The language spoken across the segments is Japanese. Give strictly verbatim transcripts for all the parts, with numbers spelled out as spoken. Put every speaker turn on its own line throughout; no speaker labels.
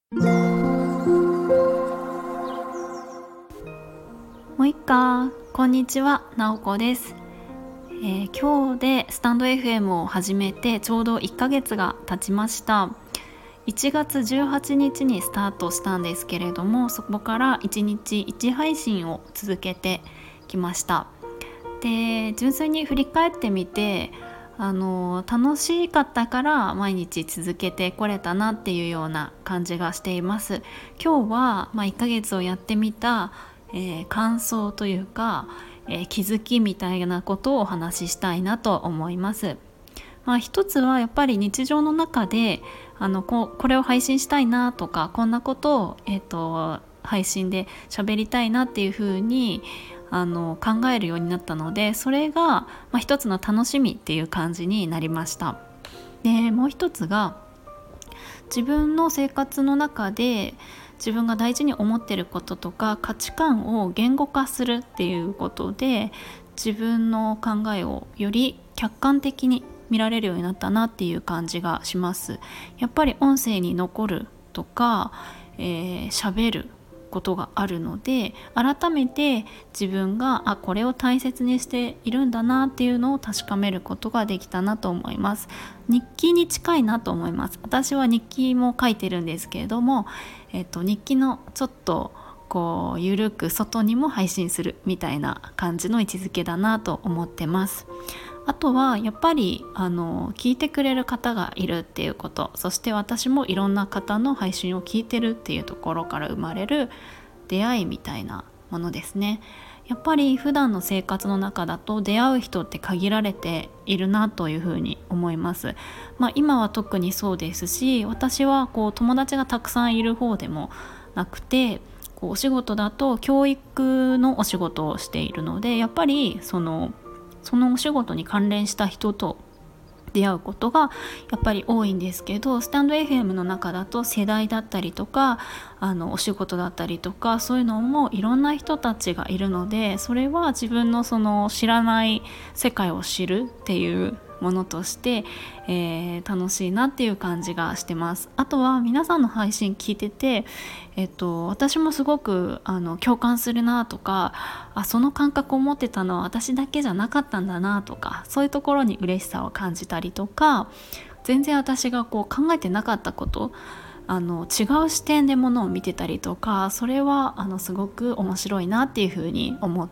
もういっか、こんにちは、なおこです。えー、今日でスタンド エフエム を始めてちょうどいっかげつが経ちました。いちがつじゅうはちにちにスタートしたんですけれども、そこからいちにちいち配信を続けてきました。で、純粋に振り返ってみて、あの楽しかったから毎日続けてこれたなっていうような感じがしています。今日は、まあ、いっかげつをやってみた、えー、感想というか、えー、気づきみたいなことをお話ししたいなと思います。まあ、一つはやっぱり日常の中であの こ, これを配信したいなとか、こんなことを、えーと、配信で喋りたいなっていうふうにあの考えるようになったので、それが、まあ、一つの楽しみっていう感じになりました。で、もう一つが自分の生活の中で自分が大事に思っていることとか価値観を言語化するっていうことで、自分の考えをより客観的に見られるようになったなっていう感じがします。やっぱり音声に残るとか、えー、喋ることがあるので、改めて自分があこれを大切にしているんだなっていうのを確かめることができたなと思います。日記に近いなと思います。私は日記も書いてるんですけれども、えっと、日記のちょっとこうゆるく外にも配信するみたいな感じの位置づけだなと思ってます。あとはやっぱりあの聞いてくれる方がいるっていうこと、そして私もいろんな方の配信を聞いてるっていうところから生まれる出会いみたいなものですね。やっぱり普段の生活の中だと出会う人って限られているなというふうに思います。まあ、今は特にそうですし、私はこう友達がたくさんいる方でもなくて、こうお仕事だと教育のお仕事をしているので、やっぱりそのそのお仕事に関連した人と出会うことがやっぱり多いんですけど、スタンド エフエム の中だと世代だったりとか、あのお仕事だったりとか、そういうのもいろんな人たちがいるので、それは自分のその知らない世界を知るっていうものとして、えー、楽しいなっていう感じがしてます。あとは皆さんの配信聞いてて、えっと、私もすごくあの共感するなとか、あその感覚を持ってたのは私だけじゃなかったんだなとか、そういうところに嬉しさを感じたりとか、全然私がこう考えてなかったこと、あの違う視点でものを見てたりとか、それはあのすごく面白いなっていうふうに思って、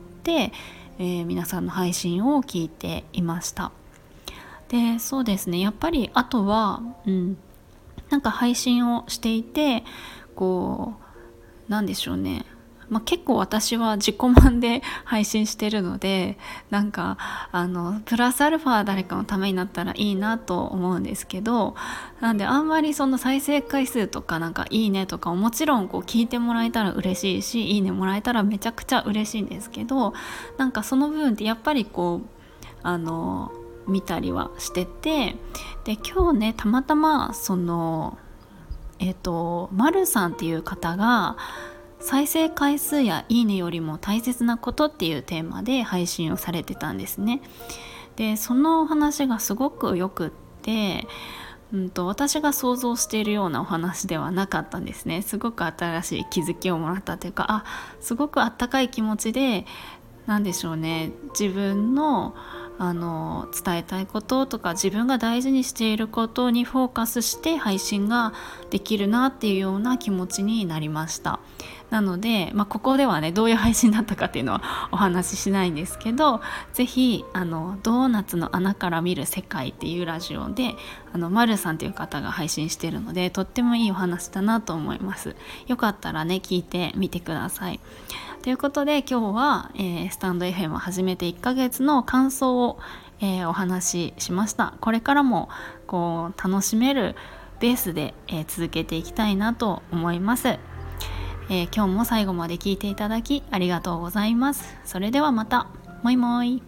えー、皆さんの配信を聞いていました。で、そうですね、やっぱりあとは、うん、なんか配信をしていて、こうなんでしょうね、まあ、結構私は自己満で配信してるので、なんかあのプラスアルファ誰かのためになったらいいなと思うんですけど、なんであんまりその再生回数とかなんかいいねとかももちろんこう聞いてもらえたら嬉しいし、いいねもらえたらめちゃくちゃ嬉しいんですけど、なんかその部分ってやっぱりこうあの見たりはしてて、で今日ねたまたまそのえっとまるさんっていう方が再生回数やいいねよりも大切なことっていうテーマで配信をされてたんですね。でそのお話がすごくよくって、うんと、私が想像しているようなお話ではなかったんですね。すごく新しい気づきをもらったというか、あすごくあったかい気持ちで、なんでしょうね、自分のあの伝えたいこととか自分が大事にしていることにフォーカスして配信ができるなっていうような気持ちになりました。なので、まあ、ここではねどういう配信だったかっていうのはお話ししないんですけど、ぜひあのドーナツの穴から見る世界っていうラジオであのまるさんという方が配信しているので、とってもいいお話だなと思います。よかったらね聞いてみてください。ということで今日は、えー、スタンド エフエム を始めていっかげつの感想を、えー、お話ししました。これからもこう楽しめるベースで、えー、続けていきたいなと思います。えー、今日も最後まで聞いていただきありがとうございます。それではまた。もいもい。